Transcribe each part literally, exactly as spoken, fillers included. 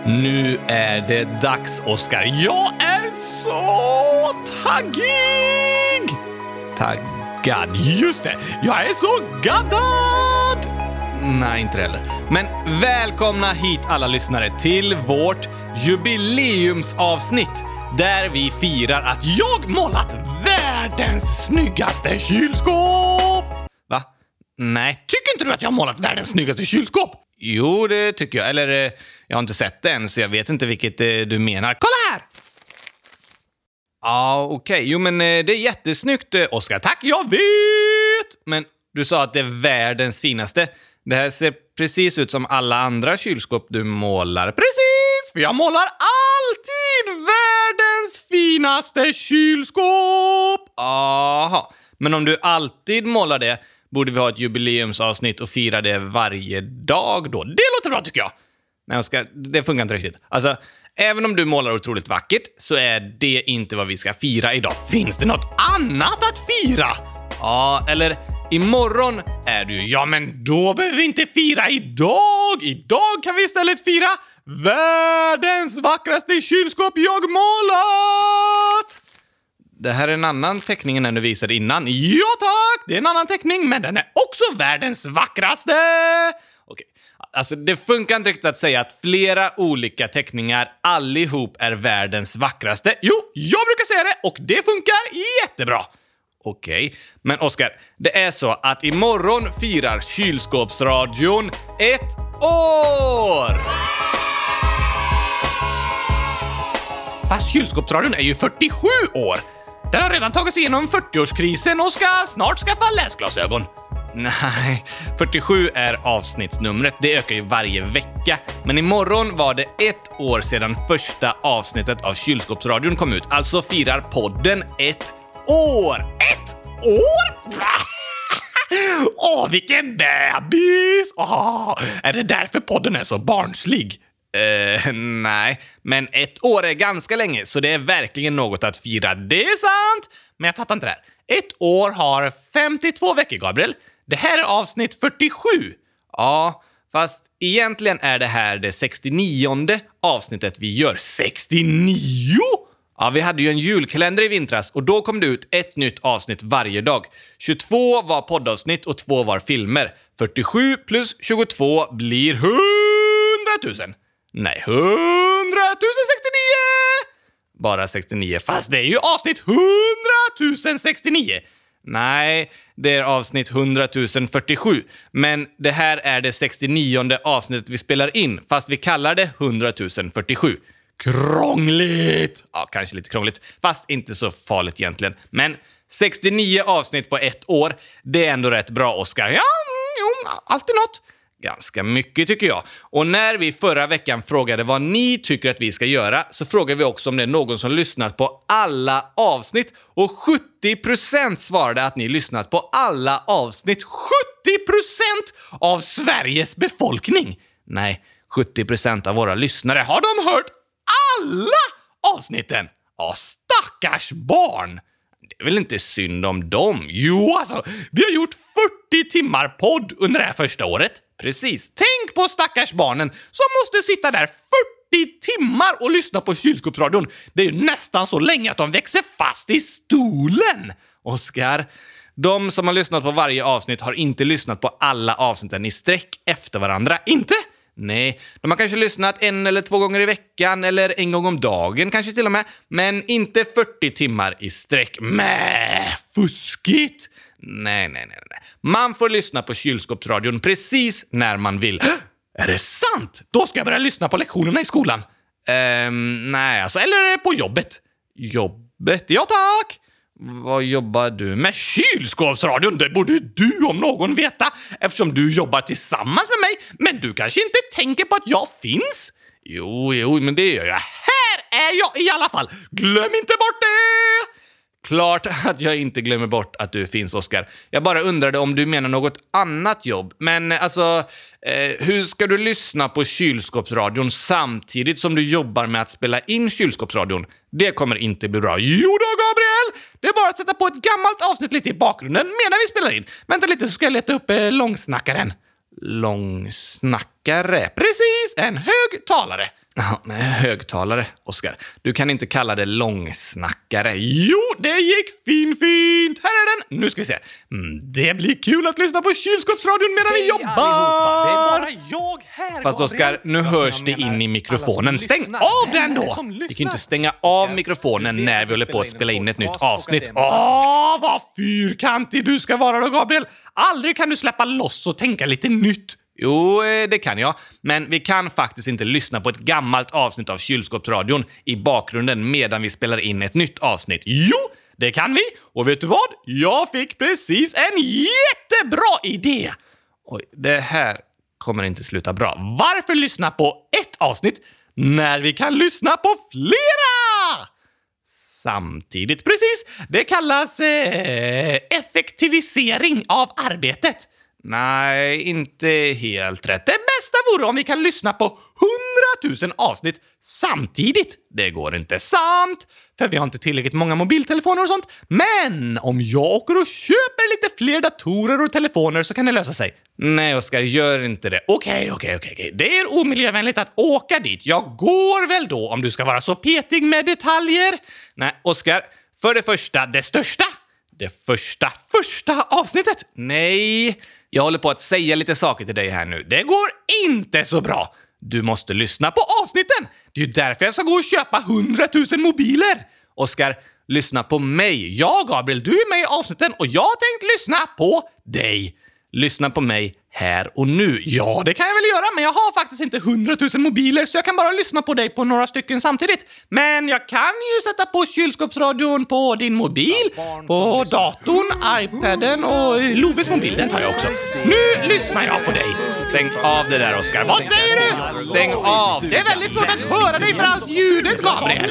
Nu är det dags, Oskar. Jag är så taggig! Taggad, just det. Jag är så gaddad! Nej, inte heller. Men välkomna hit alla lyssnare till vårt jubileumsavsnitt där vi firar att jag målat världens snyggaste kylskåp! Va? Nej, tycker inte du att jag har målat världens snyggaste kylskåp? Jo, det tycker jag. Eller, eh, jag har inte sett det än så jag vet inte vilket eh, du menar. Kolla här! Ja, ah, okej. Okay. Jo, men eh, det är jättesnyggt, eh, Oskar. Tack, jag vet! Men du sa att det är världens finaste. Det här ser precis ut som alla andra kylskåp du målar. Precis! För jag målar alltid världens finaste kylskåp! Aha. Men om du alltid målar det, borde vi ha ett jubileumsavsnitt och fira det varje dag då? Det låter bra tycker jag! Nej, Oskar, det funkar inte riktigt. Alltså, även om du målar otroligt vackert så är det inte vad vi ska fira idag. Finns det något annat att fira? Ja, eller imorgon är du ju. Ja, men då behöver vi inte fira idag. Idag kan vi istället fira världens vackraste kylskåp jag målat. Det här är en annan teckning än den du visade innan. Ja tack, det är en annan teckning, men den är också världens vackraste. Okej, alltså det funkar inte riktigt att säga att flera olika teckningar allihop är världens vackraste. Jo, jag brukar säga det och det funkar jättebra. Okej, men Oskar, det är så att imorgon firar Kylskåpsradion ett år! Fast Kylskåpsradion är ju fyrtiosju år. Den har redan tagit sig igenom fyrtioårskrisen och ska snart skaffa läsglasögon. Nej, fyrtiosju är avsnittsnumret. Det ökar ju varje vecka. Men imorgon var det ett år sedan första avsnittet av Kylskåpsradion kom ut. Alltså firar podden ett år. Ett år? Åh, vilken bebis! Åh, är det därför podden är så barnslig? Uh, nej, men ett år är ganska länge så det är verkligen något att fira. Det är sant, men jag fattar inte det här. Ett år har femtiotvå veckor, Gabriel. Det här är avsnitt fyrtiosju. Ja, fast egentligen är det här det sextionionde avsnittet vi gör. sextionio? Ja, vi hade ju en julkalender i vintras och då kom det ut ett nytt avsnitt varje dag. tjugotvå var poddavsnitt och två var filmer. fyrtiosju plus tjugotvå blir hundratusen. Nej, hundratusen sextionio! Bara sextionio, fast det är ju avsnitt hundratusen sextionio. Nej, det är avsnitt hundratusen fyrtiosju. Men det här är det sextionionde avsnittet vi spelar in, fast vi kallar det hundratusen fyrtiosju. Krångligt! Ja, kanske lite krångligt, fast inte så farligt egentligen. Men sextionio avsnitt på ett år, det är ändå rätt bra, Oskar. Ja, jo, alltid något. Ganska mycket tycker jag. Och när vi förra veckan frågade vad ni tycker att vi ska göra så frågade vi också om det är någon som lyssnat på alla avsnitt. Och sjuttio procent svarade att ni lyssnat på alla avsnitt. sjuttio procent av Sveriges befolkning! Nej, sjuttio procent av våra lyssnare. Har de hört alla avsnitten? Ja, stackars barn! Det är väl inte synd om dem? Jo, alltså, vi har gjort fyrtio timmar podd under det här första året. Precis. Tänk på stackars barnen som måste sitta där fyrtio timmar och lyssna på Kylskåpsradion. Det är ju nästan så länge att de växer fast i stolen. Oskar, de som har lyssnat på varje avsnitt har inte lyssnat på alla avsnitten i sträck efter varandra. Inte? Nej, de har kanske lyssnat en eller två gånger i veckan eller en gång om dagen kanske till och med. Men inte fyrtio timmar i sträck. Mäh, fuskigt! Nej, nej, nej, nej. Man får lyssna på Kylskåpsradion precis när man vill. Är det sant? Då ska jag börja lyssna på lektionerna i skolan. Ehm, nej, alltså, eller på jobbet. Jobbet? Ja, tack! Vad jobbar du med? Kylskåpsradion, det borde du om någon veta eftersom du jobbar tillsammans med mig. Men du kanske inte tänker på att jag finns? Jo, jo, men det gör jag. Här är jag i alla fall. Glöm inte bort det! Klart att jag inte glömmer bort att du finns, Oskar. Jag bara undrade om du menar något annat jobb. Men alltså, eh, hur ska du lyssna på Kylskåpsradion samtidigt som du jobbar med att spela in Kylskåpsradion? Det kommer inte bli bra. Jo då, Gabriel! Det är bara att sätta på ett gammalt avsnitt lite i bakgrunden medan vi spelar in. Vänta lite så ska jag leta upp eh, långsnackaren. Långsnackare? Precis, en högtalare. Ja, med högtalare, Oskar. Du kan inte kalla det långsnackare. Jo, det gick fin fint. Här är den. Nu ska vi se. Mm, det blir kul att lyssna på kylskåpsradion medan vi jobbar. Allihopa. Det är bara jag här. Fast Oskar, nu hörs det in i mikrofonen. Stäng av den då. Vi kan inte stänga av mikrofonen när vi håller på att spela in ett nytt avsnitt. Åh, vad fyrkantig du ska vara då, Gabriel. Aldrig kan du släppa loss och tänka lite nytt. Jo, det kan jag. Men vi kan faktiskt inte lyssna på ett gammalt avsnitt av Kylskåpsradion i bakgrunden medan vi spelar in ett nytt avsnitt. Jo, det kan vi. Och vet du vad? Jag fick precis en jättebra idé. Oj, det här kommer inte sluta bra. Varför lyssna på ett avsnitt när vi kan lyssna på flera? Samtidigt, precis. Det kallas eh, effektivisering av arbetet. Nej, inte helt rätt. Det bästa vore om vi kan lyssna på hundratusen avsnitt samtidigt. Det går inte, sant, för vi har inte tillräckligt många mobiltelefoner och sånt. Men om jag åker och köper lite fler datorer och telefoner så kan det lösa sig. Nej, Oskar, gör inte det. Okej, okej, okej. Det är omiljövänligt att åka dit. Jag går väl då om du ska vara så petig med detaljer. Nej, Oskar, för det första, det största. Det första, första avsnittet. Nej, jag håller på att säga lite saker till dig här nu. Det går inte så bra. Du måste lyssna på avsnitten. Det är ju därför jag ska gå och köpa hundratusen mobiler. Oskar, lyssna på mig. Ja, Gabriel, du är med i avsnitten och jag har tänkt lyssna på dig. Lyssna på mig här och nu. Ja, det kan jag väl göra, men jag har faktiskt inte hundratusen mobiler så jag kan bara lyssna på dig på några stycken samtidigt. Men jag kan ju sätta på kylskåpsradion på din mobil, på datorn, iPaden och Loves mobil, den tar jag också. Nu lyssnar jag på dig. Stäng av det där, Oskar. Vad säger du? Stäng av. Det är väldigt svårt att höra dig för allt ljudet, Gabriel.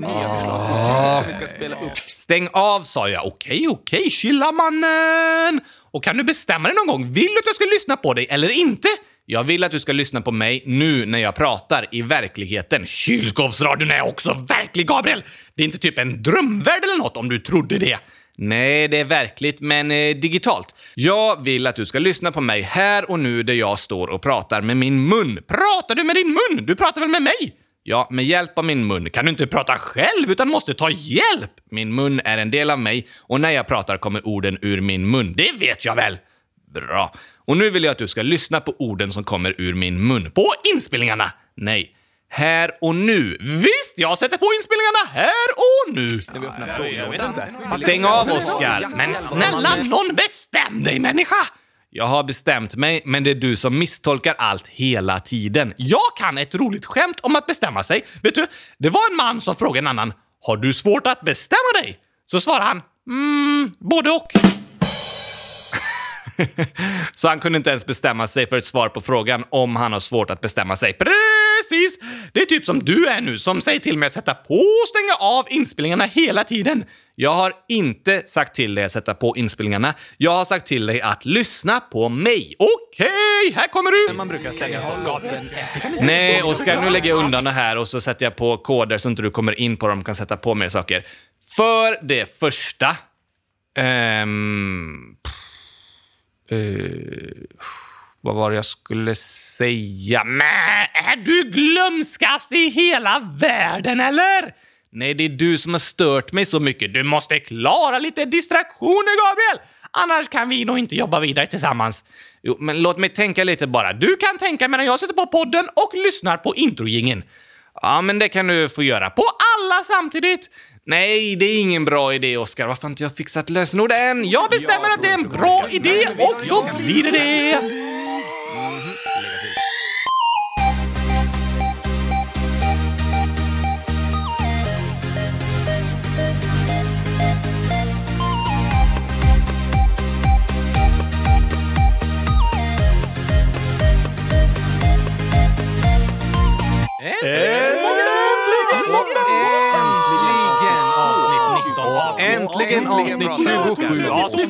Oh. Stäng av, sa jag. Okej, okej, chilla mannen. Och kan du bestämma dig någon gång? Vill du att jag ska lyssna på dig eller inte? Jag vill att du ska lyssna på mig nu när jag pratar i verkligheten. Kylskåpsradion är också verklig, Gabriel! Det är inte typ en drömvärld eller något om du trodde det. Nej, det är verkligt, men eh, digitalt. Jag vill att du ska lyssna på mig här och nu där jag står och pratar med min mun. Pratar du med din mun? Du pratar väl med mig? Ja, med hjälp av min mun kan du inte prata själv utan måste ta hjälp. Min mun är en del av mig och när jag pratar kommer orden ur min mun. Det vet jag väl. Bra. Och nu vill jag att du ska lyssna på orden som kommer ur min mun. På inspelningarna. Nej. Här och nu. Visst, jag sätter på inspelningarna här och nu. Stäng av, Oskar. Men snälla, någon bestäm dig, människa. Jag har bestämt mig, men det är du som misstolkar allt hela tiden. Jag kan ett roligt skämt om att bestämma sig. Vet du, det var en man som frågade en annan: har du svårt att bestämma dig? Så svarade han: mm, både och. Så han kunde inte ens bestämma sig för ett svar på frågan om han har svårt att bestämma sig. Precis! Det är typ som du är nu som säger till mig att sätta på och stänga av inspelningarna hela tiden. Jag har inte sagt till dig att sätta på inspelningarna. Jag har sagt till dig att lyssna på mig. Okej, här kommer du! Man brukar säga så. Nej, Oskar, nu lägger jag undan det här och så sätter jag på koder så inte du kommer in på dem och kan sätta på mer saker. För det första... Ehm... Uh, vad var det jag skulle säga? Men är du glömskast i hela världen, eller? Nej, det är du som har stört mig så mycket. Du måste klara lite distraktioner, Gabriel. Annars kan vi nog inte jobba vidare tillsammans. Jo, men låt mig tänka lite bara. Du kan tänka medan jag sätter på podden och lyssnar på introjingen. Ja, men det kan du få göra på alla samtidigt. Nej, det är ingen bra idé, Oskar. Varför har inte jag fixat lösenord än? Jag bestämmer att det är en bra idé och då blir det det. Äntligen avsnitt tjugosju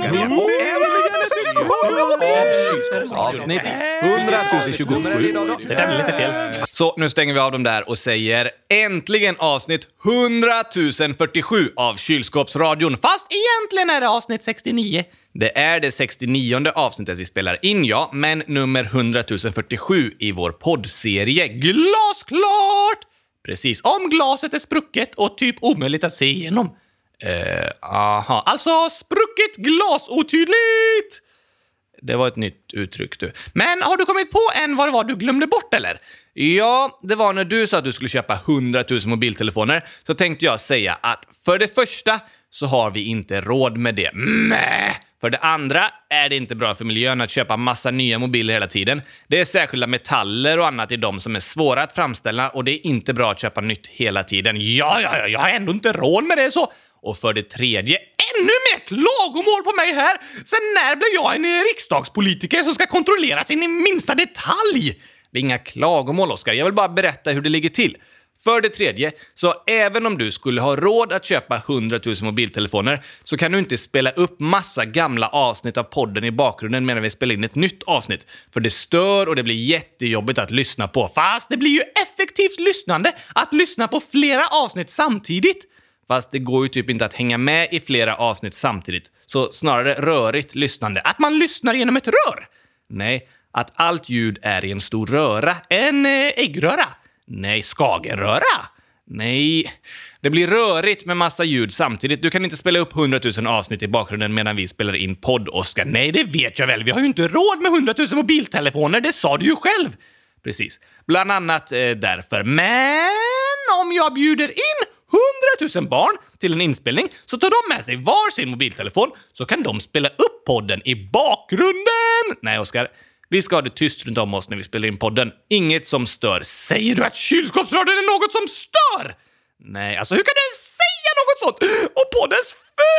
avsnitt hundratusen tjugosju. Det där blir lite fel. Så nu stänger vi av dem där och säger äntligen avsnitt hundratusen fyrtiosju av Kylskåpsradion. Fast egentligen är det avsnitt sextionio. Det är det sextionionde avsnittet vi spelar in, ja, men nummer hundratusen fyrtiosju i vår poddserie. Glasklart! Precis, om glaset är sprucket och typ omöjligt att se igenom. Eh, aha, alltså sprucket glas, otydligt! Det var ett nytt uttryck du. Men har du kommit på än vad det var du glömde bort eller? Ja, det var när du sa att du skulle köpa hundratusen mobiltelefoner så tänkte jag säga att för det första så har vi inte råd med det. Mäh! För det andra är det inte bra för miljön att köpa massa nya mobiler hela tiden. Det är särskilda metaller och annat i dem som är svåra att framställa och det är inte bra att köpa nytt hela tiden. Ja, ja, ja, jag har ändå inte råd med det så. Och för det tredje, ännu mer klagomål på mig här. Sen när blev jag en riksdagspolitiker som ska kontrollera sin i minsta detalj? Det är inga klagomål, Oskar. Jag vill bara berätta hur det ligger till. För det tredje, så även om du skulle ha råd att köpa hundratusen mobiltelefoner så kan du inte spela upp massa gamla avsnitt av podden i bakgrunden medan vi spelar in ett nytt avsnitt. För det stör och det blir jättejobbigt att lyssna på. Fast det blir ju effektivt lyssnande att lyssna på flera avsnitt samtidigt. Fast det går ju typ inte att hänga med i flera avsnitt samtidigt. Så snarare rörigt lyssnande. Att man lyssnar genom ett rör. Nej, att allt ljud är i en stor röra. En eh, äggröra. Nej, skagenröra. Nej, det blir rörigt med massa ljud samtidigt. Du kan inte spela upp hundratusen avsnitt i bakgrunden medan vi spelar in podd, Oskar. Nej, det vet jag väl. Vi har ju inte råd med hundratusen mobiltelefoner. Det sa du ju själv. Precis. Bland annat eh, därför. Men om jag bjuder in hundratusen barn till en inspelning så tar de med sig var sin mobiltelefon så kan de spela upp podden i bakgrunden. Nej, Oskar. Vi ska ha det tyst runt om oss när vi spelar in podden. Inget som stör. Säger du att kylskåpsradion är något som stör? Nej, alltså hur kan du säga något sånt? Och på dess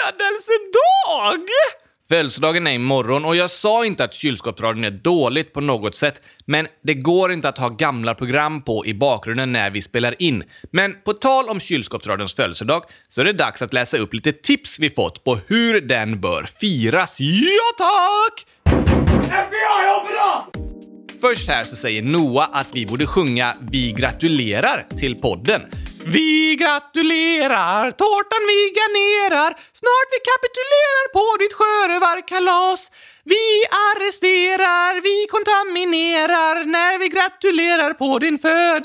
födelsedag? Födelsedagen är imorgon och jag sa inte att kylskåpsradion är dåligt på något sätt. Men det går inte att ha gamla program på i bakgrunden när vi spelar in. Men på tal om kylskåpsradions födelsedag så är det dags att läsa upp lite tips vi fått på hur den bör firas. Ja tack! F B I, open up! Först här så säger Noah att vi borde sjunga Vi gratulerar till podden. Vi gratulerar, tårtan vi garnerar, snart vi kapitulerar på ditt sjörövarkalas. Vi arresterar, vi kontaminerar när vi gratulerar på din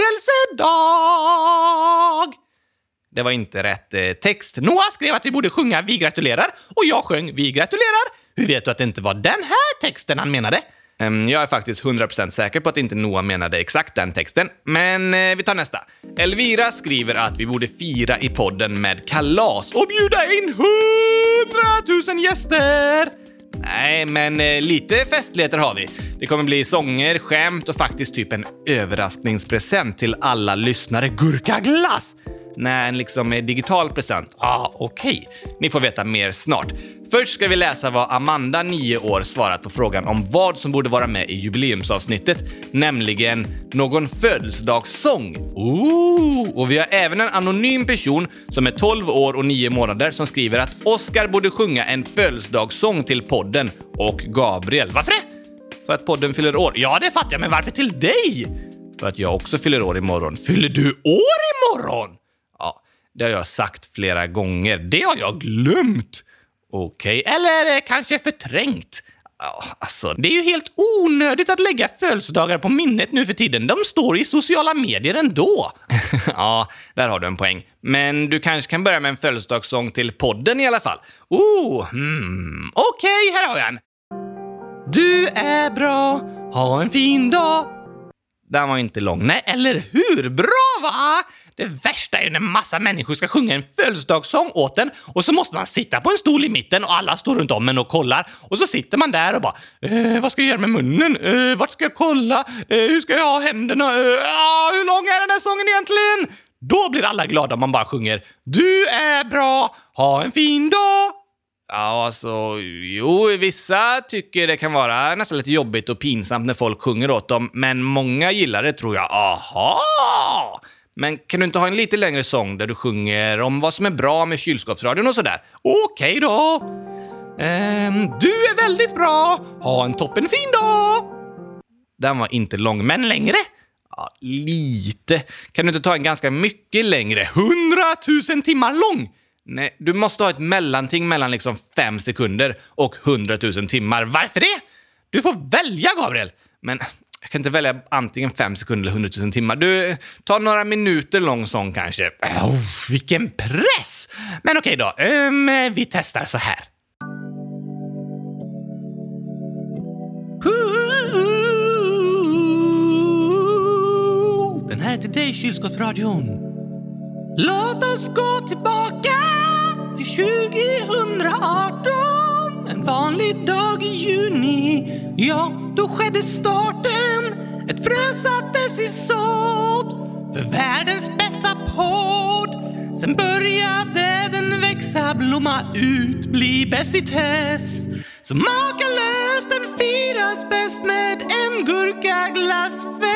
födelsedag. Det var inte rätt eh, text. Noah skrev att vi borde sjunga Vi gratulerar och jag sjöng Vi gratulerar. Hur vet du att det inte var den här texten han menade? Um, jag är faktiskt hundra procent säker på att inte Noah menade exakt den texten. Men eh, vi tar nästa. Elvira skriver att vi borde fira i podden med kalas och bjuda in hundratusen gäster. Nej, men eh, lite festligheter har vi. Det kommer bli sånger, skämt och faktiskt typ en överraskningspresent till alla lyssnare. Gurkaglass! Nej, en liksom digital present. Ah, okej. Okay. Ni får veta mer snart. Först ska vi läsa vad Amanda, nio år, svarat på frågan om vad som borde vara med i jubileumsavsnittet. Nämligen någon födelsedagssång. Ooh! Och vi har även en anonym person som är tolv år och nio månader som skriver att Oskar borde sjunga en födelsedagssång till podden och Gabriel. Varför det? För att podden fyller år. Ja, det fattar jag, men varför till dig? För att jag också fyller år imorgon. Fyller du år imorgon? Ja, det har jag sagt flera gånger. Det har jag glömt. Okej, okay. Eller kanske förträngt. Ja, alltså, det är ju helt onödigt att lägga födelsedagar på minnet nu för tiden. De står i sociala medier ändå. Ja, där har du en poäng. Men du kanske kan börja med en födelsedagssång till podden i alla fall. Oh, hmm. Okej, okay, här har jag en. Du är bra, ha en fin dag. Den var inte lång. Nej, eller hur? Bra, va? Det värsta är ju när massa människor ska sjunga en födelsedagssång åt den och så måste man sitta på en stol i mitten och alla står runt om en och kollar. Och så sitter man där och bara, eh, vad ska jag göra med munnen? Eh, vart ska jag kolla? Eh, hur ska jag ha händerna? Eh, ah, hur lång är den här sången egentligen? Då blir alla glada om man bara sjunger, du är bra, ha en fin dag. Ja, alltså, jo, vissa tycker det kan vara nästan lite jobbigt och pinsamt när folk sjunger åt dem, men många gillar det, tror jag. Aha! Men kan du inte ha en lite längre sång där du sjunger om vad som är bra med kylskåpsradion och sådär? Okej då! Ehm, du är väldigt bra! Ha en toppenfin dag! Den var inte lång, men längre? Ja, lite. Kan du inte ta en ganska mycket längre? Hundratusen timmar lång! Nej, du måste ha ett mellanting mellan liksom fem sekunder och hundratusen timmar. Varför det? Du får välja, Gabriel. Men Jag kan inte välja antingen fem sekunder eller hundratusen timmar. Du, ta några minuter lång sång kanske. Oh, vilken press! Men okej då, um, vi testar så här. Den här är till dig, Kylskåpsradion. Låt oss gå tillbaka till tjugo arton. En vanlig dag i juni. Ja, då skedde starten. Ett frö sattes i sådd för världens bästa podd. Sen började den växa, blomma ut, bli bäst i test. Så makalöst den firas bäst med en gurkaglassfest.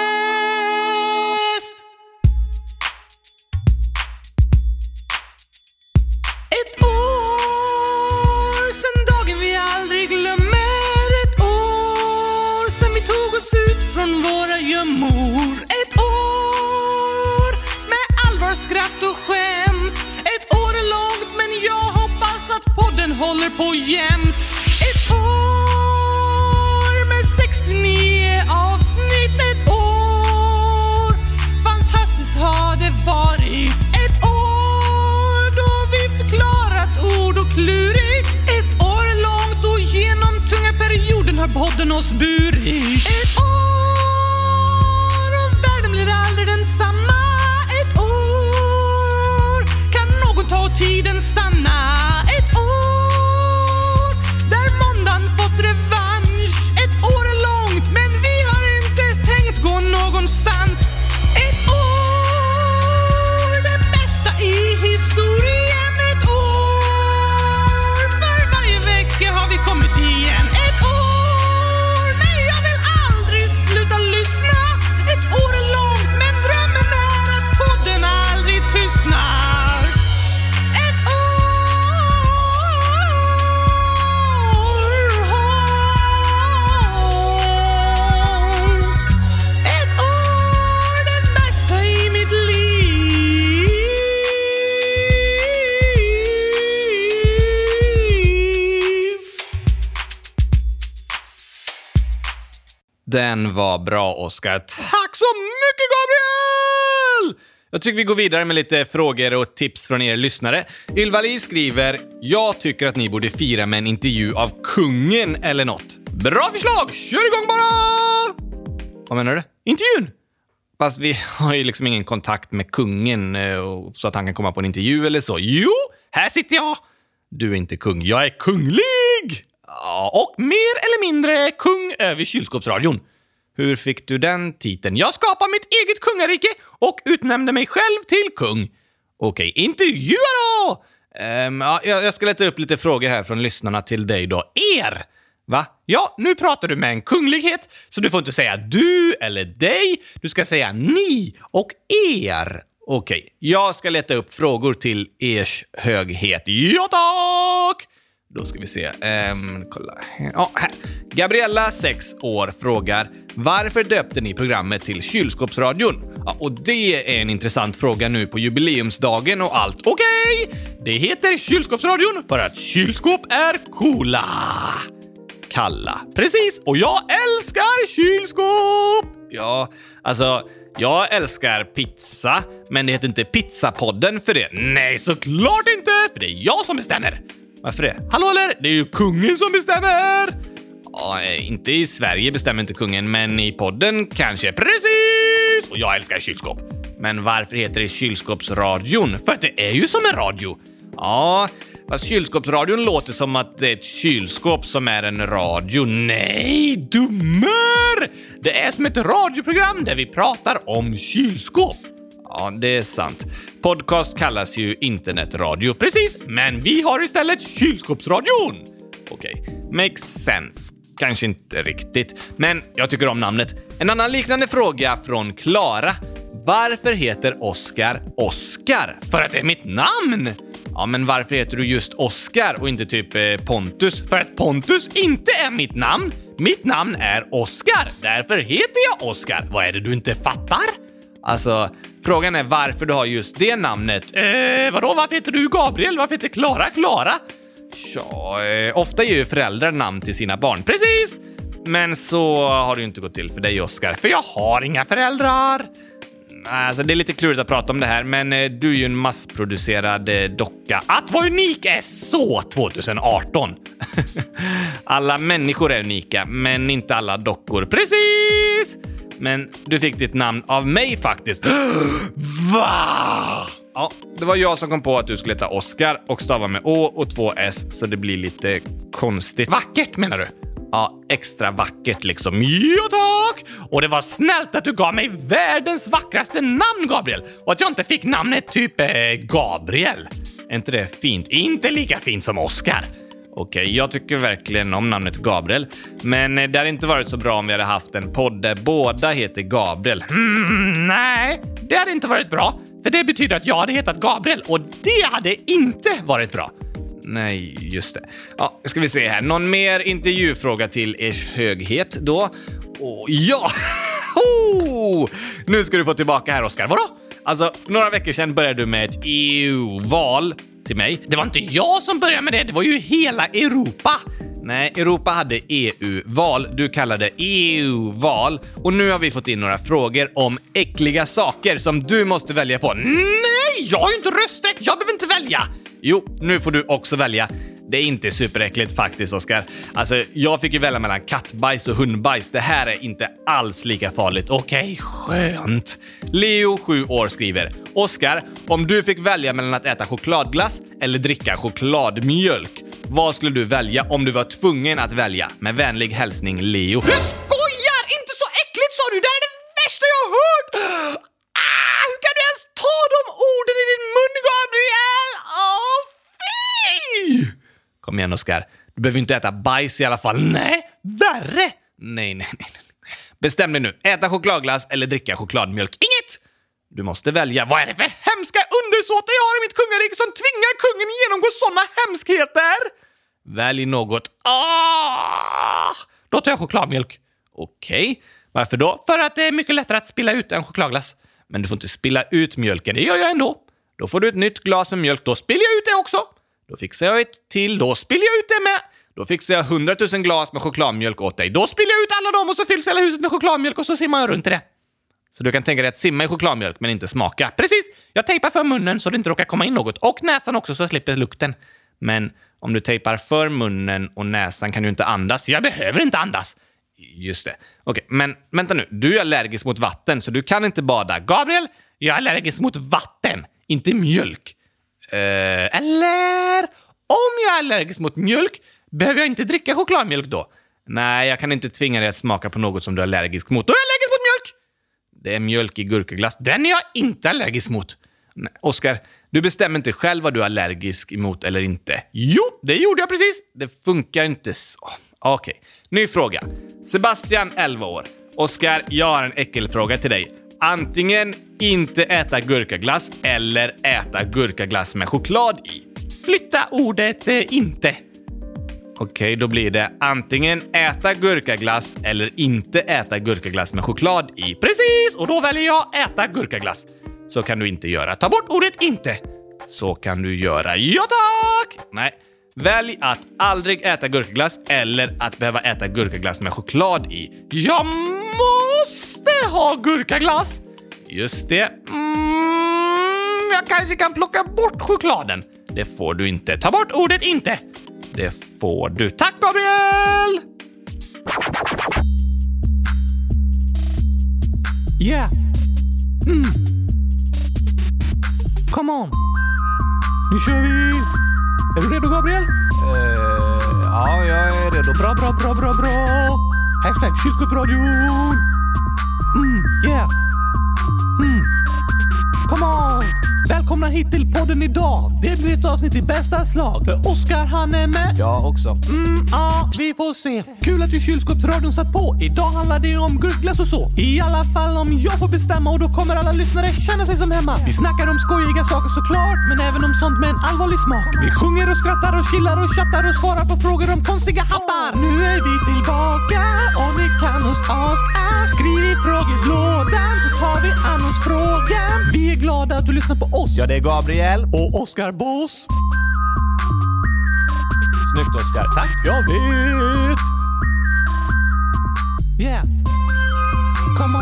Ett år sen dagen vi aldrig glömmer. Ett år sen vi tog oss ut från våra gömmor. Ett år med allvar, skratt och skämt. Ett år är långt men jag hoppas att podden håller på jämt. Ett år med sextionio avsnitt. Ett år fantastiskt har det varit. Ett år då vi förklarat ord och klurigt. Ett år är långt och genom tunga perioden har podden oss burit. Ett år och världen blir aldrig densamma. Ett år kan någon ta tiden stanna. Ett år där måndagen fått revansch. Ett år är långt men vi har inte tänkt gå någonstans. Ett år, det bästa i historien. Ett år, för varje vecka har vi kommit igen. Ett år, nej jag vill aldrig sluta lyssna. Ett år är långt men drömmen är att podden aldrig tystnar. Ett år, ett år, det bästa i mitt liv. Den var bra, Oskar. Tack så mycket, Gabriel! Jag tycker vi går vidare med lite frågor och tips från er lyssnare. Ylva-Li skriver: jag tycker att ni borde fira med en intervju av kungen eller något. Bra förslag! Kör igång bara! Vad menar du? Intervjun? Fast vi har ju liksom ingen kontakt med kungen eh, så att han kan komma på en intervju eller så. Jo, här sitter jag! Du är inte kung, jag är kunglig! Ja, och mer eller mindre kung över Kylskåpsradion. Hur fick du den titeln? Jag skapade mitt eget kungarike och utnämnde mig själv till kung. Okej, intervjua då! Um, ja, jag ska leta upp lite frågor här från lyssnarna till dig då. Er! Va? Ja, nu pratar du med en kunglighet, så du får inte säga du eller dig. Du ska säga ni och er. Okej, jag ska leta upp frågor till ers höghet. Ja, tack! Då ska vi se. Um, kolla. Ja, här. Gabriella, sex år, frågar: varför döpte ni programmet till Kylskåpsradion? Ja, och det är en intressant fråga nu på jubileumsdagen och allt. Okej! Okay. Det heter Kylskåpsradion för att kylskåp är coola. Kalla. Precis, och jag älskar kylskåp! Ja, alltså... jag älskar pizza, men det heter inte Pizzapodden för det. Nej, såklart inte, för det är jag som bestämmer. Varför det? Hallå eller? Det är ju kungen som bestämmer! Ja, inte i Sverige bestämmer inte kungen, men i podden kanske. Precis! Och jag älskar kylskåp. Men varför heter det Kylskåpsradion? För att det är ju som en radio. Ja, fast Kylskåpsradion låter som att det är ett kylskåp som är en radio. Nej, dummer! Det är som ett radioprogram där vi pratar om kylskåp. Ja, det är sant. Podcast kallas ju internetradio, precis. Men vi har istället Kylskåpsradion. Okej, okay. Makes sense. Kanske inte riktigt, men jag tycker om namnet. En annan liknande fråga från Klara. Varför heter Oskar Oskar? För att det är mitt namn! Ja, men varför heter du just Oskar och inte typ eh, Pontus? För att Pontus inte är mitt namn. Mitt namn är Oskar. Därför heter jag Oskar. Vad är det du inte fattar? Alltså, frågan är varför du har just det namnet. Eh, vadå? Varför heter du Gabriel? Varför heter Klara Klara? Ja, eh, ofta ger ju föräldrar namn till sina barn. Precis! men så har det ju inte gått till för dig, Oskar. För jag har inga föräldrar. Alltså, det är lite klurigt att prata om det här, men eh, du är ju en massproducerad eh, docka. Att vara unik är så tjugoarton. Alla människor är unika, men inte alla dockor. Precis! Men du fick ditt namn av mig faktiskt. Va? Ja, det var jag som kom på att du skulle heta Oskar och stava med Å och två S, så det blir lite konstigt. Vackert menar du? Ja, extra vackert liksom. Ja tack! Och det var snällt att du gav mig världens vackraste namn, Gabriel. Och att jag inte fick namnet typ eh, Gabriel. Är inte det fint? Inte lika fint som Oskar. Okej, okay, jag tycker verkligen om namnet Gabriel. Men det hade inte varit så bra om vi hade haft en podd där båda heter Gabriel. Mm, nej, det hade inte varit bra. För det betyder att jag hade hetat Gabriel. Och det hade inte varit bra. Nej, just det. Ja, ska vi se här. Någon mer intervjufråga till ers höghet då? Åh, ja! oh! Nu ska du få tillbaka här, Oskar. Vadå? Alltså, för några veckor sedan började du med ett E U-val till mig. Det var inte jag som började med det. Det var ju hela Europa. Nej, Europa hade E U-val. Du kallade E U-val. Och nu har vi fått in några frågor om äckliga saker som du måste välja på. Nej, jag har ju inte rösträtt. Jag behöver inte välja. Jo, nu får du också välja. Det är inte superäckligt faktiskt, Oskar. Alltså, jag fick ju välja mellan kattbajs och hundbajs. Det här är inte alls lika farligt. Okej, okay, skönt. Leo, sju år, skriver: Oskar, om du fick välja mellan att äta chokladglass eller dricka chokladmjölk, vad skulle du välja om du var tvungen att välja? Med vänlig hälsning, Leo. Du skojar! Inte så äckligt, sa du! Det är det värsta jag har hört! Ah, hur kan du ens ta de orden i din mun, Gabriel? Åh, fy! Kom igen, Oskar. Du behöver inte äta bajs i alla fall. Nej, värre! Nej, nej, nej. Bestäm dig nu. Äta chokladglass eller dricka chokladmjölk? Inget! Du måste välja. Vad är det för hemska undersåtar jag har i mitt kungarike som tvingar kungen genomgå såna hemskheter? Välj något. Ah! Då tar jag chokladmjölk. Okej. Okay. Varför då? För att det är mycket lättare att spilla ut en chokladglass. Men du får inte spilla ut mjölken. Det gör jag ändå. Då får du ett nytt glas med mjölk. Då spiller jag ut det också. Då fixar jag ett till. Då spiller jag ut det med. Då fixar jag hundratusen glas med chokladmjölk åt dig. Då spiller jag ut alla dem och så fylls hela huset med chokladmjölk och så simmar jag runt i det. Så du kan tänka dig att simma i chokladmjölk men inte smaka. Precis! Jag tejpar för munnen så det inte råkar komma in något. Och näsan också så jag slipper lukten. Men om du tejpar för munnen och näsan kan du inte andas. Jag behöver inte andas. Just det. Okej, men vänta nu. Du är allergisk mot vatten så du kan inte bada. Gabriel, jag är allergisk mot vatten, inte mjölk. Uh, eller om jag är allergisk mot mjölk, behöver jag inte dricka chokladmjölk då? Nej, jag kan inte tvinga dig att smaka på något som du är allergisk mot. Då är jag allergisk mot mjölk! Det är mjölk i gurkaglass. Den är jag inte allergisk mot. Nej, Oskar, du bestämmer inte själv vad du är allergisk emot eller inte. Jo, det gjorde jag precis. Det funkar inte så. Okej, okay. Ny fråga. Sebastian, elva år. Oskar, jag har en äckelfråga till dig. Antingen inte äta gurkaglass eller äta gurkaglass med choklad i. Flytta ordet eh, inte. Okej, okay, då blir det antingen äta gurkaglass eller inte äta gurkaglass med choklad i. Precis, och då väljer jag äta gurkaglass. Så kan du inte göra. Ta bort ordet inte. Så kan du göra. Ja tack! Nej, välj att aldrig äta gurkaglass eller att behöva äta gurkaglass med choklad i. Jag måste ha gurkaglass. Just det. Mm, jag kanske kan plocka bort chokladen. Det får du inte. Ta bort ordet inte. Det får du. Tack, Gabriel! Yeah. Mm. Come on. Nu kör vi. Är du redo, Gabriel? Uh, ja, jag är redo. Bra, bra, bra, bra, bra. Hashtag Kylskåpsradion. Mm, yeah. Mm. Come on. Välkomna hit till podden idag. Det blir ett avsnitt i bästa slag. För Oskar, han är med. Jag också. Mm, ja, vi får se. Kul att du Kylskåpsradion satt på. Idag handlar det om gurkglass och så. I alla fall om jag får bestämma. Och då kommer alla lyssnare känna sig som hemma. Vi snackar om skojiga saker såklart. Men även om sånt med en allvarlig smak. Vi sjunger och skrattar och chillar och chattar och svarar på frågor om konstiga hattar. Nu är vi tillbaka och ni kan oss aska. Skriv i frågelådan så tar vi an oss frågan. Vi är glada att du lyssnar på oss. Ja, det är Gabriel och Oskar Boss. Snyggt, Oskar. Tack, jag vet. Yeah. Come on.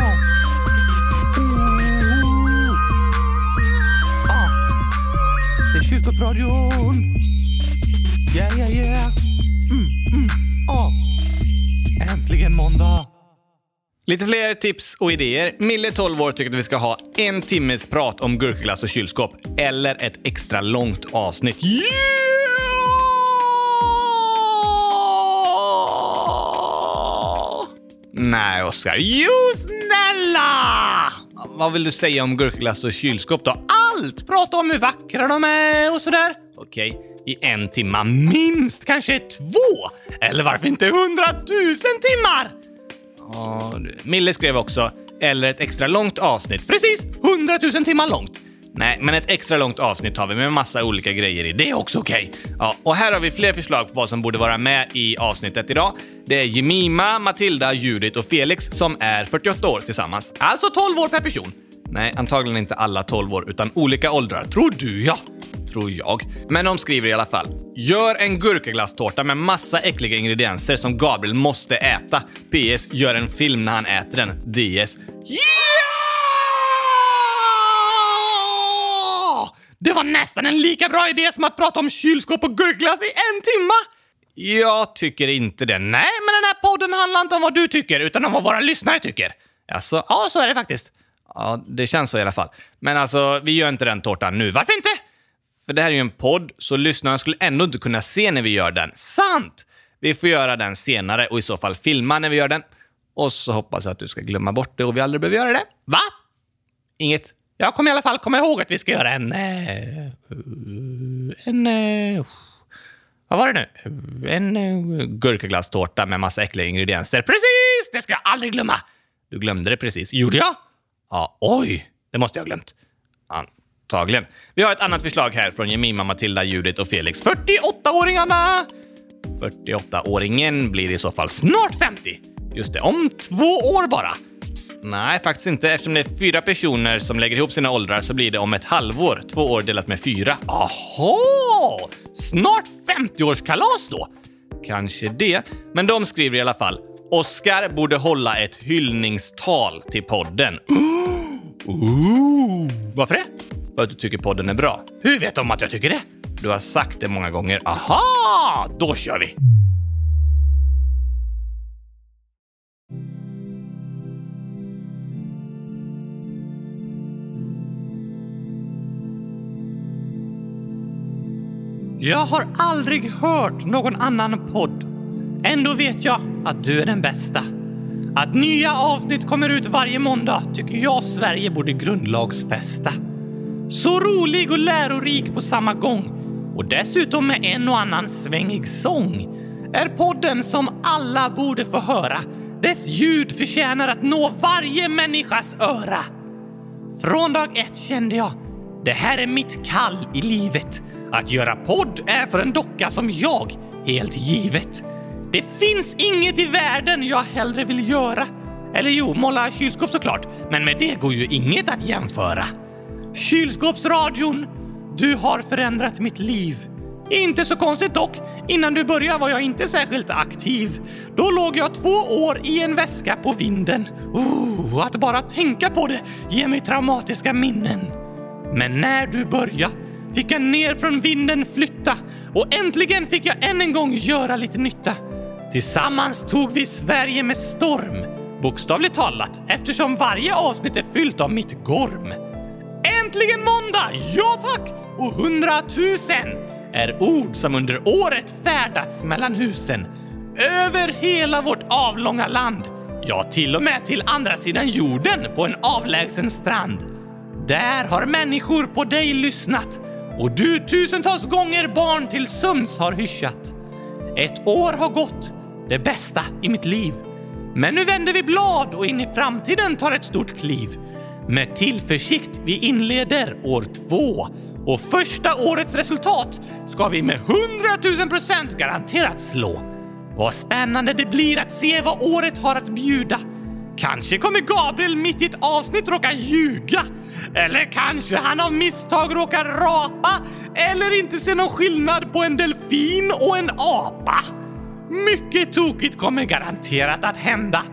Ooh. Ah. Det är Kylskåpsradion. Yeah, yeah, yeah. Mm, mm. Ah. Äntligen måndag. Lite fler tips och idéer. Mille, tolv år, tycker att vi ska ha en timmes prat om gurkaglass och kylskåp. Eller ett extra långt avsnitt. Yeah! Nej, Oskar. Jo, snälla! Vad vill du säga om gurkaglass och kylskåp då? Allt! Prata om hur vackra de är och sådär. Okej, i en timma minst, kanske två. Eller varför inte hundratusen timmar? Ja, Mille skrev också, eller ett extra långt avsnitt. Precis, hundratusen timmar långt. Nej, men ett extra långt avsnitt har vi med massa olika grejer i. Det är också okej. Okay. Ja, och här har vi fler förslag på vad som borde vara med i avsnittet idag. Det är Jemima, Matilda, Judith och Felix som är fyrtioåtta år tillsammans. Alltså tolv år per person. Nej, antagligen inte alla tolv år utan olika åldrar. Tror du, ja. Tror jag. Men de skriver i alla fall: gör en gurkaglasstårta med massa äckliga ingredienser som Gabriel måste äta. P S. Gör en film när han äter den. D S. Ja! Det var nästan en lika bra idé som att prata om kylskåp och gurkaglass i en timma. Jag tycker inte det. Nej, men den här podden handlar inte om vad du tycker utan om vad våra lyssnare tycker. Alltså, ja, så är det faktiskt. Ja, det känns så i alla fall. Men alltså, vi gör inte den tårtan nu. Varför inte? För det här är ju en podd, så lyssnarna skulle ändå inte kunna se när vi gör den. Sant! Vi får göra den senare och i så fall filma när vi gör den. Och så hoppas jag att du ska glömma bort det och vi aldrig behöver göra det. Va? Inget. Jag kommer i alla fall komma ihåg att vi ska göra en... Uh, en... Uh, vad var det nu? En uh, gurkaglasstårta med massa äckliga ingredienser. Precis! Det ska jag aldrig glömma. Du glömde det precis. Gjorde jag? Ja, oj. Det måste jag ha glömt. Antagligen. Vi har ett annat förslag här från Jemima, Matilda, Judith och Felix. fyrtioåtta-åringarna! fyrtioåtta-åringen blir i så fall snart femtio. Just det, om två år bara. Nej, faktiskt inte. Eftersom det är fyra personer som lägger ihop sina åldrar så blir det om ett halvår. Två år delat med fyra. Aha! Snart femtio-årskalas då. Kanske det. Men de skriver i alla fall: Oskar borde hålla ett hyllningstal till podden. Ooh. Varför det? För att du tycker podden är bra. Hur vet de att jag tycker det? Du har sagt det många gånger. Aha! Då kör vi! Jag har aldrig hört någon annan podd. Ändå vet jag att du är den bästa. Att nya avsnitt kommer ut varje måndag tycker jag Sverige borde grundlagsfästa. Så rolig och lärorik på samma gång. Och dessutom med en och annan svängig sång. Är podden som alla borde få höra. Dess ljud förtjänar att nå varje människas öra. Från dag ett kände jag: det här är mitt kall i livet. Att göra podd är för en docka som jag, helt givet. Det finns inget i världen jag hellre vill göra. Eller jo, måla kylskåp såklart. Men med det går ju inget att jämföra. Kylskåpsradion, du har förändrat mitt liv. Inte så konstigt dock. Innan du började var jag inte särskilt aktiv. Då låg jag två år i en väska på vinden. Oh, att bara tänka på det ger mig traumatiska minnen. Men när du började fick jag ner från vinden flytta. Och äntligen fick jag än en gång göra lite nytta. Tillsammans tog vi Sverige med storm. Bokstavligt talat, eftersom varje avsnitt är fyllt av mitt gorm. Äntligen måndag, ja tack! Och hundratusen är ord som under året färdats mellan husen. Över hela vårt avlånga land. Ja, till och med till andra sidan jorden på en avlägsen strand. Där har människor på dig lyssnat. Och du tusentals gånger barn till sömns har hyschat. Ett år har gått, det bästa i mitt liv. Men nu vänder vi blad och in i framtiden tar ett stort kliv. Med tillförsikt vi inleder år två. Och första årets resultat ska vi med hundratusen procent garanterat slå. Vad spännande det blir att se vad året har att bjuda. Kanske kommer Gabriel mitt i ett avsnitt råka ljuga. Eller kanske han av misstag råkar rapa. Eller inte se någon skillnad på en delfin och en apa. Mycket tokigt kommer garanterat att hända.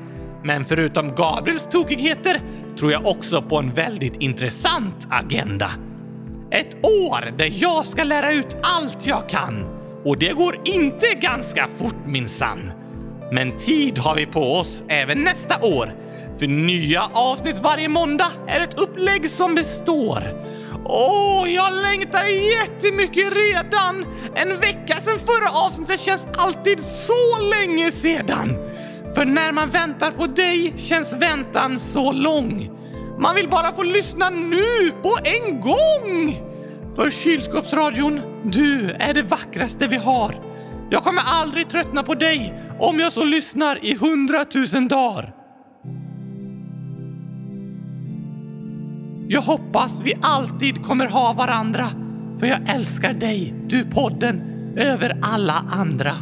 Men förutom Gabriels tokigheter tror jag också på en väldigt intressant agenda. Ett år där jag ska lära ut allt jag kan. Och det går inte ganska fort minsann. Men tid har vi på oss även nästa år. För nya avsnitt varje måndag är ett upplägg som består. Åh, jag längtar jättemycket redan. En vecka sedan förra avsnittet känns alltid så länge sedan. För när man väntar på dig känns väntan så lång. Man vill bara få lyssna nu på en gång. För Kylskåpsradion, du är det vackraste vi har. Jag kommer aldrig tröttna på dig om jag så lyssnar i hundratusen dagar. Jag hoppas vi alltid kommer ha varandra. För jag älskar dig, du podden, över alla andra.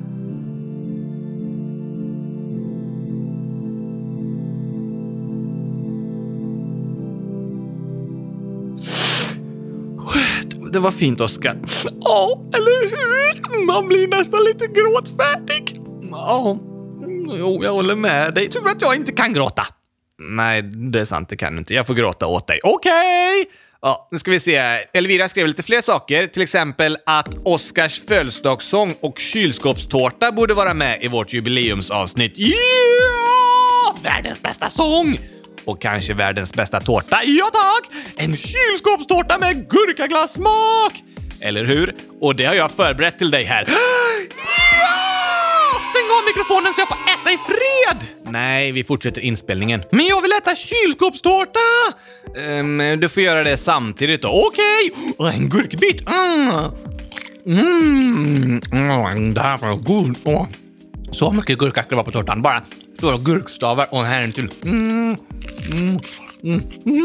Det var fint, Oskar. Ja, eller hur? Man blir nästan lite gråtfärdig. Ja, jo, jag håller med dig. Tur att jag inte kan gråta. Nej, det är sant, det kan du inte. Jag får gråta åt dig. Okej! Okay. Ja, nu ska vi se. Elvira skrev lite fler saker. Till exempel att Oskars födelsedagssång och kylskåpstårta borde vara med i vårt jubileumsavsnitt. Ja! Världens bästa sång! Och kanske världens bästa tårta. Ja tack! En kylskåpstårta med gurkaglassmak! Eller hur? Och det har jag förberett till dig här. Ja! Stäng av mikrofonen så jag får äta i fred! Nej, vi fortsätter inspelningen. Men jag vill äta kylskåpstårta! Um, du får göra det samtidigt då. Okej! Okay. En gurkbit. Mm. Mm. Mm. Det här var god. Oh. Så mycket gurka ska det vara på tårtan. Bara stora gurkstavar och här en till. Mm. Mm. Mm.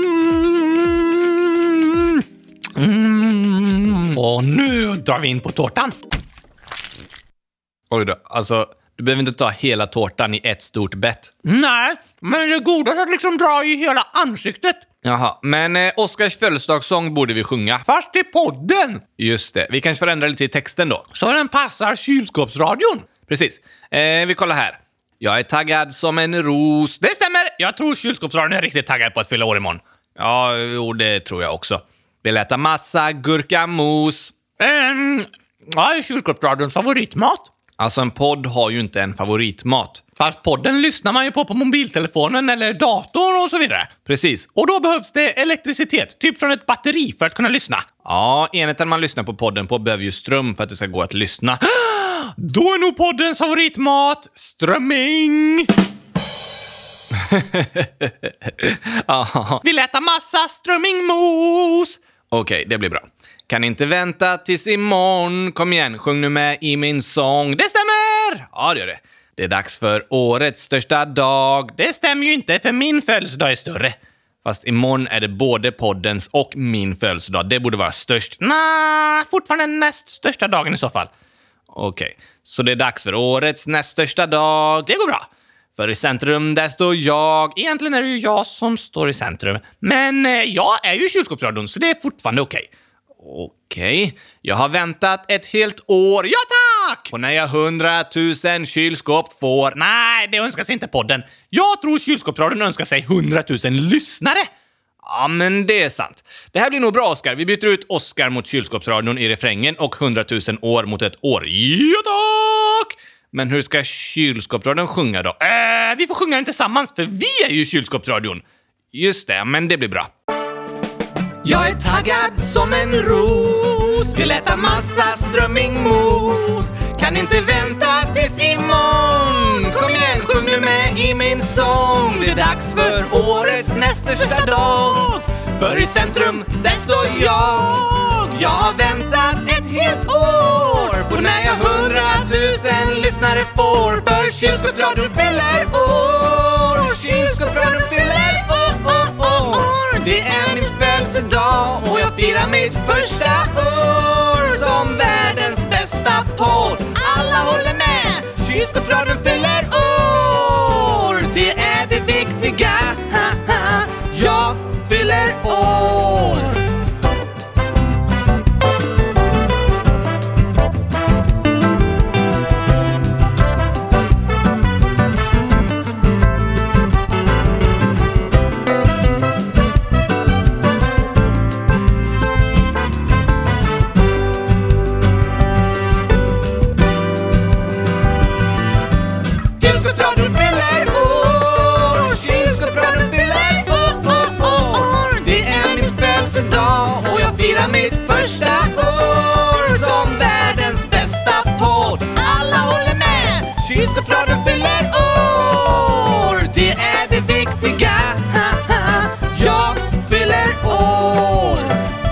Mm. Och nu drar vi in på tårtan. Oj då, alltså du behöver inte ta hela tårtan i ett stort bett. Nej, men det är godast att liksom dra i hela ansiktet. Jaha, men eh, Oskars födelsedagssång borde vi sjunga. Fast i podden! Just det, vi kanske får ändra lite i texten då. Så den passar kylskåpsradion. Precis, eh, vi kollar här. Jag är taggad som en ros. Det stämmer, jag tror kylskåpsradion är riktigt taggad på att fylla år imorgon. Ja, jo, det tror jag också. Vill äta massa gurkamos. Mm, ja, är kylskåpsradions favoritmat. Alltså en podd har ju inte en favoritmat. Fast podden lyssnar man ju på på mobiltelefonen eller datorn och så vidare. Precis. Och då behövs det elektricitet, typ från ett batteri för att kunna lyssna. Ja, enheten man lyssnar på podden på behöver ju ström för att det ska gå att lyssna. Då är nog poddens favoritmat strömming. Vill äta massa strömmingmos. Okej, okay, det blir bra. Kan inte vänta tills imorgon. Kom igen, sjung nu med i min sång. Det stämmer! Ja, det gör det. Det är dags för årets största dag. Det stämmer ju inte, för min födelsedag är större. Fast imorgon är det både poddens och min födelsedag. Det borde vara störst. Nej, fortfarande näst största dagen i så fall. Okej, okay. Så det är dags för årets näst största dag. Det går bra. För i centrum där står jag. Egentligen är det ju jag som står i centrum. Men eh, jag är ju kylskåpsradion, så det är fortfarande okej. Okay. Okej, okay. Jag har väntat ett helt år. Ja tack! Och när jag hundratusen kylskåp får... Nej, det önskar sig inte podden. Jag tror kylskåpsradion önskar sig hundratusen lyssnare. Ja, men det är sant. Det här blir nog bra, Oskar. Vi byter ut Oskar mot kylskåpsradion i refrängen och hundratusen år mot ett år. Ja tack! Men hur ska kylskåpsradion sjunga då? Äh, vi får sjunga den tillsammans, för vi är ju kylskåpsradion. Just det, men det blir bra. Jag är taggad som en ros. Vill äta massa strömmingmos. Kan inte vänta tills imorgon. Kom igen, sjung nu med i min sång. Det är dags för årets näst största dag. För i centrum, där står jag. Jag har väntat ett helt år på när jag hundratusen lyssnare får. För kylskåpsradion fyller år. Kylskåpsradion fyller år, år, år. Det är min födelsedag och jag firar mitt första år som världens bästa podd. Alla håller med. Kylskåpsradion fyller år. Det är det viktiga. Jag fyller år. ska fira mitt första år som världens bästa podd. Alla håller med, Kylskåpsradion fyller år. Det är det viktiga, jag fyller år.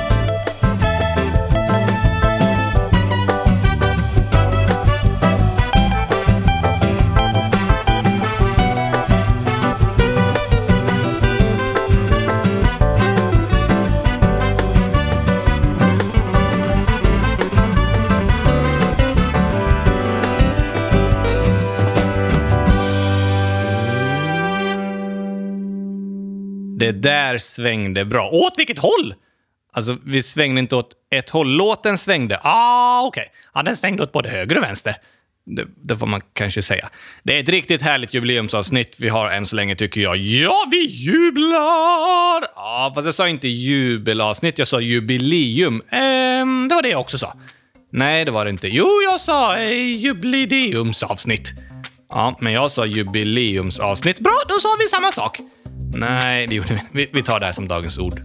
Det där svängde bra. Åt vilket håll? Alltså, vi svängde inte åt ett håll. Låten svängde. Ah, okej. Okay. Ja, den svängde åt både höger och vänster. Det, det får man kanske säga. Det är ett riktigt härligt jubileumsavsnitt vi har än så länge, tycker jag. Ja, vi jublar! Ja, fast jag sa inte jubelavsnitt. Jag sa jubileum. Ehm, det var det jag också sa. Nej, det var det inte. Jo, jag sa eh, jubileumsavsnitt. Ja, men jag sa jubileumsavsnitt. Bra, då sa vi samma sak. Nej, det gjorde vi. vi. Vi tar det här som dagens ord.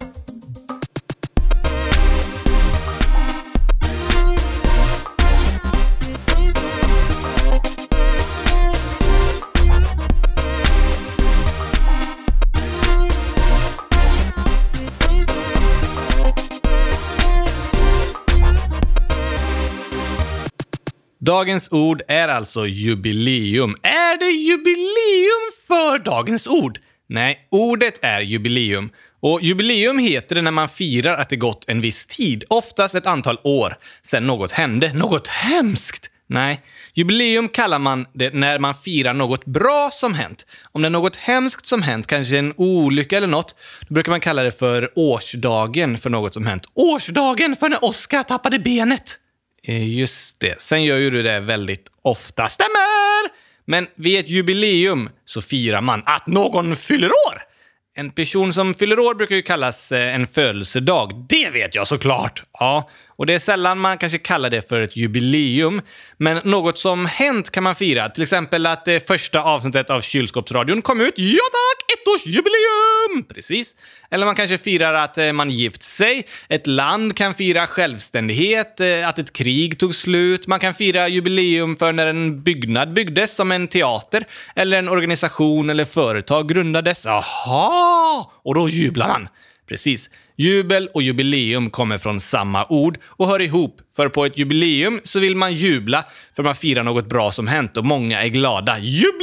Dagens ord är alltså jubileum. Är det jubileum för dagens ord? Nej, ordet är jubileum. Och jubileum heter det när man firar att det gått en viss tid. Oftast ett antal år. Sen något hände. Något hemskt. Nej, jubileum kallar man det när man firar något bra som hänt. Om det är något hemskt som hänt, kanske en olycka eller något, då brukar man kalla det för årsdagen för något som hänt. Årsdagen för när Oscar tappade benet. Just det. Sen gör ju du det väldigt ofta. Stämmer! Men vid ett jubileum så firar man att någon fyller år. En person som fyller år brukar ju kallas en födelsedag. Det vet jag såklart. Ja, och det är sällan man kanske kallar det för ett jubileum. Men något som hänt kan man fira. Till exempel att det första avsnittet av Kylskåpsradion kom ut. Ja tack! Ettårsjubileum! Precis. Eller man kanske firar att man gift sig. Ett land kan fira självständighet. Att ett krig tog slut. Man kan fira jubileum för när en byggnad byggdes som en teater. Eller en organisation eller företag grundades. Aha! Och då jublar man. Precis. Jubel och jubileum kommer från samma ord och hör ihop. För på ett jubileum så vill man jubla för man firar något bra som hänt och många är glada.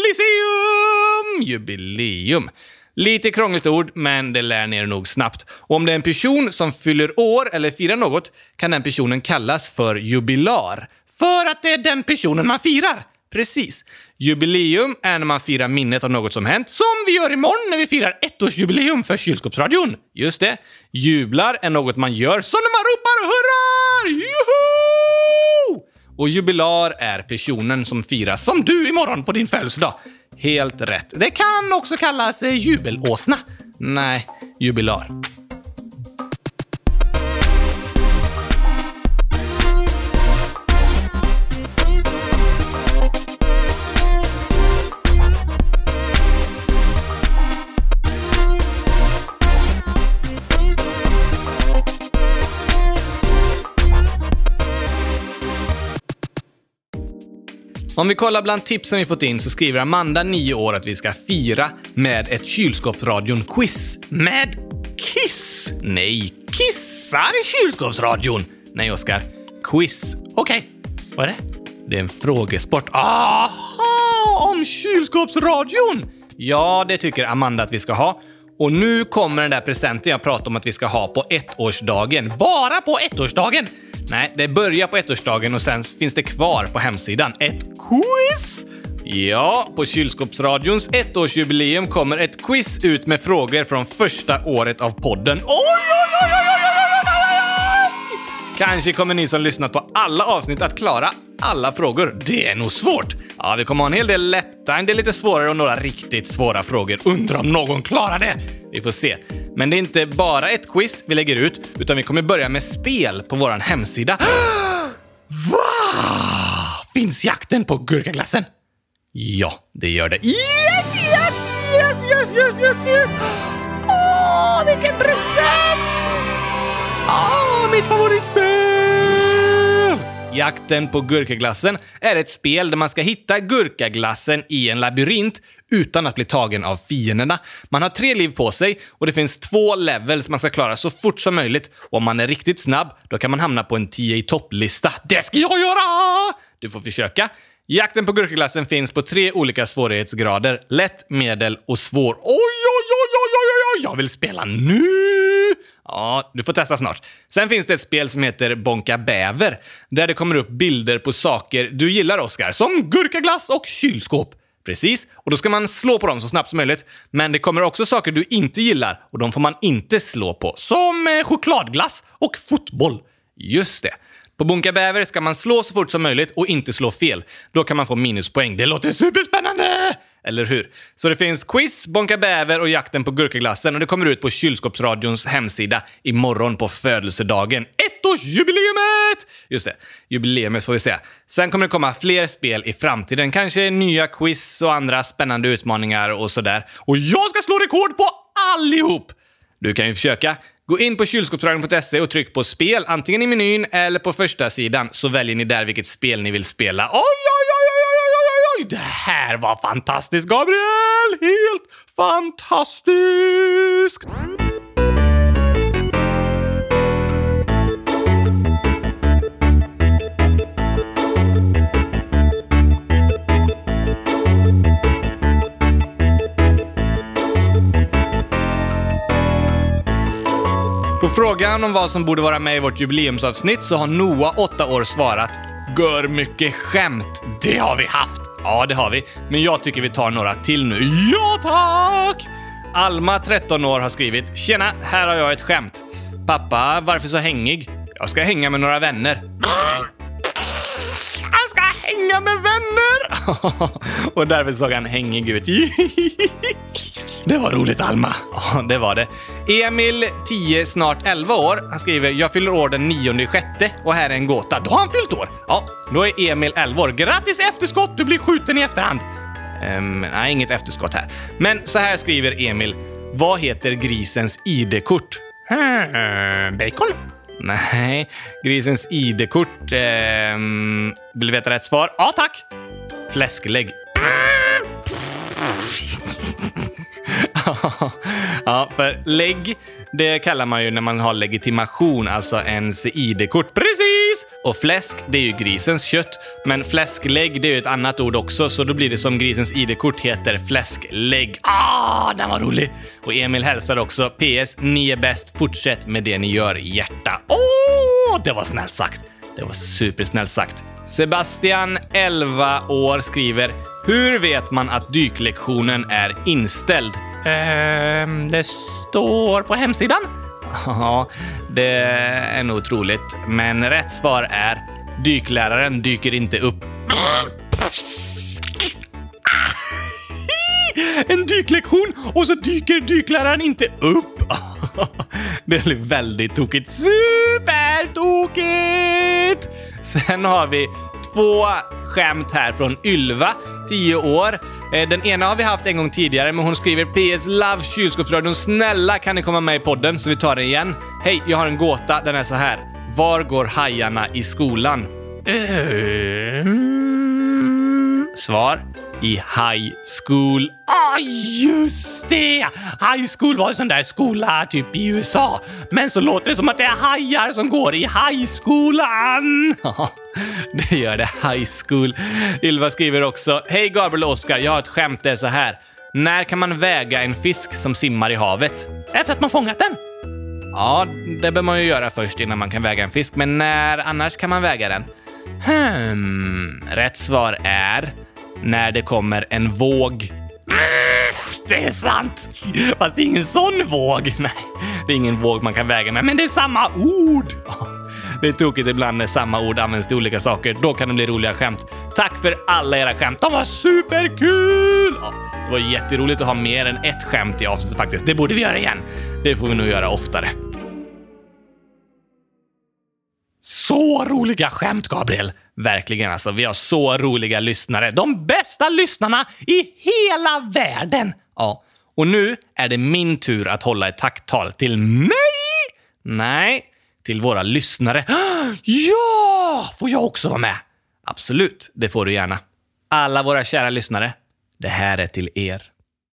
Jubliseum! Jubileum. Lite krångligt ord, men det lär ni er nog snabbt. Och om det är en person som fyller år eller firar något kan den personen kallas för jubilar. För att det är den personen man firar. Precis. Jubileum är när man firar minnet av något som hänt, som vi gör imorgon när vi firar ettårsjubileum för Kylskåpsradion. Just det. Jublar är något man gör som när man ropar hurra! Juhu! Och jubilar är personen som firas som du imorgon på din födelsedag. Helt rätt. Det kan också kallas jubelåsna. Nej, jubilar. Om vi kollar bland tipsen vi fått in så skriver Amanda, nio år, att vi ska fira med ett Kylskåpsradion-quiz. Med kiss? Nej, kissar i Kylskåpsradion. Nej, Oskar. Quiz. Okej, okay. Vad är det? Det är en frågesport. Aha, om Kylskåpsradion! Ja, det tycker Amanda att vi ska ha. Och nu kommer den där presenten jag pratade om att vi ska ha på ettårsdagen. Bara på ettårsdagen! Nej, det börjar på ettårsdagen och sen finns det kvar på hemsidan. Ett quiz! Ja, på Kylskåpsradions ettårsjubileum kommer ett quiz ut med frågor från första året av podden. Oj, oj, oj, oj, oj, oj, oj! Kanske kommer ni som lyssnat på alla avsnitt att klara alla frågor. Det är nog svårt. Ja, vi kommer ha en hel del lätta, en del lite svårare och några riktigt svåra frågor. Undrar om någon klarar det. Vi får se. Men det är inte bara ett quiz vi lägger ut, utan vi kommer börja med spel på våran hemsida. Va? Finns jakten på gurkaglassen? Ja, det gör det. Yes, yes, yes, yes, yes, yes, yes. Åh, vilken present! Åh, Jakten på gurkaglassen är ett spel där man ska hitta gurkaglassen i en labyrint utan att bli tagen av fienderna. Man har tre liv på sig och det finns två levels man ska klara så fort som möjligt. Och om man är riktigt snabb, då kan man hamna på en tio i topplista. Det ska jag göra! Du får försöka. Jakten på gurkaglassen finns på tre olika svårighetsgrader. Lätt, medel och svår. Oj, oj, oj, oj, oj, oj, jag vill spela nu! Ja, du får testa snart. Sen finns det ett spel som heter Bonka Bäver, där det kommer upp bilder på saker du gillar, Oscar, som gurkaglass och kylskåp. Precis, och då ska man slå på dem så snabbt som möjligt. Men det kommer också saker du inte gillar och de får man inte slå på, som eh, chokladglass och fotboll. Just det. På Bonka Bäver ska man slå så fort som möjligt och inte slå fel. Då kan man få minuspoäng. Det låter superspännande! Eller hur? Så det finns quiz, Bonka Bäver och jakten på gurkaglassen och det kommer ut på Kylskåpsradions hemsida imorgon på födelsedagen. Ettårsjubileumet! Just det, jubileumet får vi säga. Sen kommer det komma fler spel i framtiden. Kanske nya quiz och andra spännande utmaningar och sådär. Och jag ska slå rekord på allihop! Du kan ju försöka. Gå in på kylskåpsradion punkt se och tryck på spel, antingen i menyn eller på första sidan, så väljer ni där vilket spel ni vill spela. Oj, oj, oj, oj, oj, oj, oj! Det här var fantastiskt, Gabriel! Helt fantastiskt! På frågan om vad som borde vara med i vårt jubileumsavsnitt så har Noah, åtta år, svarat: Gör mycket skämt. Det har vi haft. Ja, det har vi. Men jag tycker vi tar några till nu. Ja, tack! Alma, tretton år, har skrivit: Tjena, här har jag ett skämt. Pappa, varför så hängig? Jag ska hänga med några vänner. Han ska hänga med vänner! Och därför såg han hängig ut. Det var roligt, Alma. Ja, det var det. Emil, tio, snart elva år, han skriver: Jag fyller år den nionde sjätte och här är en gåta. Då har han fyllt år. Ja, då är Emil elva år. Grattis efterskott, du blir skjuten i efterhand. Um, nej, inget efterskott här. Men så här skriver Emil: Vad heter grisens I D-kort? Hmm, bacon? Nej, grisens I D-kort. Um, vill du veta rätt svar? Ja, tack. Fläsklägg. Ja, för lägg, det kallar man ju när man har legitimation, alltså ens I D-kort. Precis! Och fläsk, det är ju grisens kött. Men fläsklägg, det är ju ett annat ord också. Så då blir det som grisens I D-kort heter fläsklägg. Ah, den var rolig! Och Emil hälsar också: P S, ni är bäst. Fortsätt med det ni gör, hjärta. Åh, oh, det var snällt sagt. Det var supersnällt sagt. Sebastian, elva år, skriver: Hur vet man att dyklektionen är inställd? Ehm, det står på hemsidan. Ja, det är nog troligt. Men rätt svar är: dykläraren dyker inte upp. En dyklektion och så dyker dykläraren inte upp. Det blir väldigt tokigt. Supertokigt! Sen har vi två skämt här från Ylva, tio år. Den ena har vi haft en gång tidigare, men hon skriver: P S, love Kylskåpsradion. Snälla, kan ni komma med i podden? Så vi tar det igen. Hej, jag har en gåta. Den är så här: var går hajarna i skolan? Mm. Svar: i high school. Ah, just det! High school var en sån där skola typ i U S A. Men så låter det som att det är hajar som går i high schoolan. Det gör det, high school. Ylva skriver också: Hej Gabriel och Oscar, jag har ett skämt, det är så här: när kan man väga en fisk som simmar i havet? Efter att man fångat den? Ja, det bör man ju göra först innan man kan väga en fisk. Men när annars kan man väga den? Hmm, rätt svar är: när det kommer en våg. Det är sant! Fast det är ingen sån våg. Nej, det är ingen våg man kan väga med. Men det är samma ord! Det är tokigt ibland när samma ord används till olika saker. Då kan det bli roliga skämt. Tack för alla era skämt. De var superkul! Det var jätteroligt att ha mer än ett skämt i avsnittet faktiskt. Det borde vi göra igen. Det får vi nog göra oftare. Så roliga skämt, Gabriel. Verkligen alltså, vi har så roliga lyssnare. De bästa lyssnarna i hela världen. Ja, och nu är det min tur att hålla ett tacktal till mig. Nej, till våra lyssnare. Ja! Får jag också vara med? Absolut, det får du gärna. Alla våra kära lyssnare, det här är till er.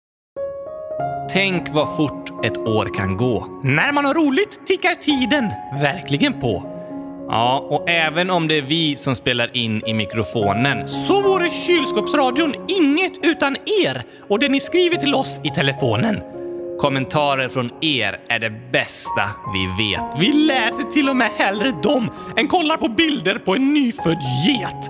Tänk vad fort ett år kan gå. När man har roligt tickar tiden verkligen på. Ja, och även om det är vi som spelar in i mikrofonen så vore Kylskåpsradion inget utan er och det ni skriver till oss i telefonen. Kommentarer från er är det bästa vi vet. Vi läser till och med hellre dem än kollar på bilder på en nyfödd get.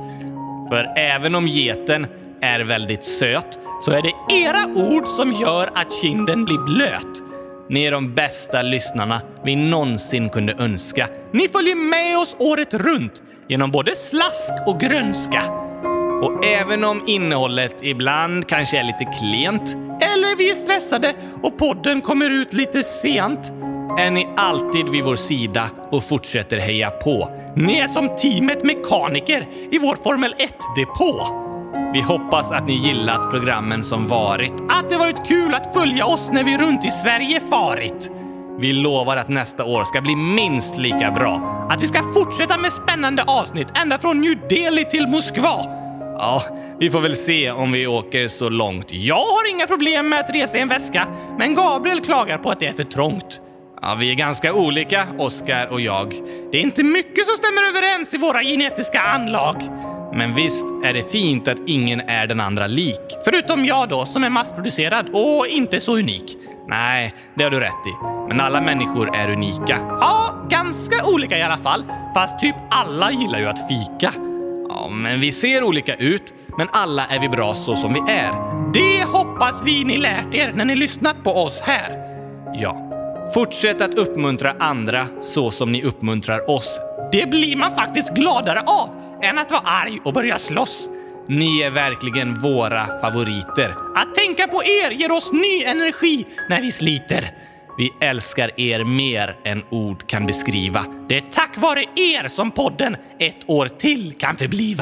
För även om geten är väldigt söt så är det era ord som gör att kinden blir blöt. Ni är de bästa lyssnarna vi någonsin kunde önska. Ni följer med oss året runt genom både slask och grönska. Och även om innehållet ibland kanske är lite klent eller vi är stressade och podden kommer ut lite sent är ni alltid vid vår sida och fortsätter heja på. Ni är som teamet mekaniker i vår Formel ett-depå. Vi hoppas att ni gillat programmen som varit, att det varit kul att följa oss när vi runt i Sverige farit. Vi lovar att nästa år ska bli minst lika bra. Att vi ska fortsätta med spännande avsnitt ända från New Delhi till Moskva. Ja, vi får väl se om vi åker så långt. Jag har inga problem med att resa i en väska, men Gabriel klagar på att det är för trångt. Ja, vi är ganska olika, Oskar och jag. Det är inte mycket som stämmer överens i våra genetiska anlag. Men visst är det fint att ingen är den andra lik. Förutom jag då, som är massproducerad och inte så unik. Nej, det har du rätt i. Men alla människor är unika. Ja, ganska olika i alla fall. Fast typ alla gillar ju att fika. Ja, men vi ser olika ut. Men alla är vi bra så som vi är. Det hoppas vi ni lärt er när ni lyssnat på oss här. Ja, fortsätt att uppmuntra andra så som ni uppmuntrar oss. Det blir man faktiskt gladare av än att vara arg och börja slåss. Ni är verkligen våra favoriter. Att tänka på er ger oss ny energi när vi sliter. Vi älskar er mer än ord kan beskriva. Det är tack vare er som podden ett år till kan förbliva.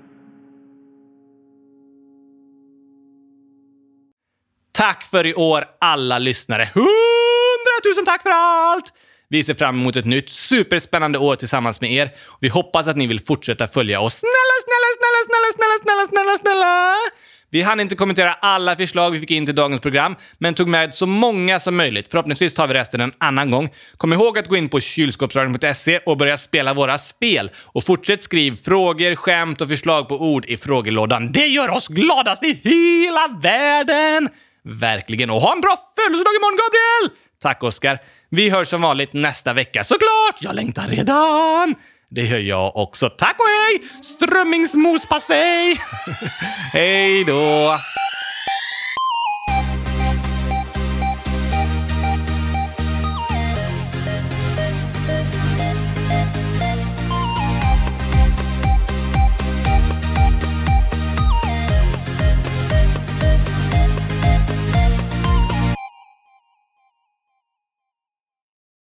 Tack för i år alla lyssnare. Hundratusen tack för allt! Vi ser fram emot ett nytt superspännande år tillsammans med er. Vi hoppas att ni vill fortsätta följa oss. Snälla, snälla, snälla, snälla, snälla, snälla, snälla, snälla. Vi hann inte kommentera alla förslag vi fick in till dagens program, men tog med så många som möjligt. Förhoppningsvis tar vi resten en annan gång. Kom ihåg att gå in på kylskåpsradion punkt se och börja spela våra spel. Och fortsätt skriv frågor, skämt och förslag på ord i frågelådan. Det gör oss gladast i hela världen! Verkligen. Och ha en bra födelsedag imorgon, Gabriel! Tack, Oskar. Vi hörs som vanligt nästa vecka. Såklart! Jag längtar redan! Det gör jag också. Tack och hej! Strömmingsmospastej! Hej då!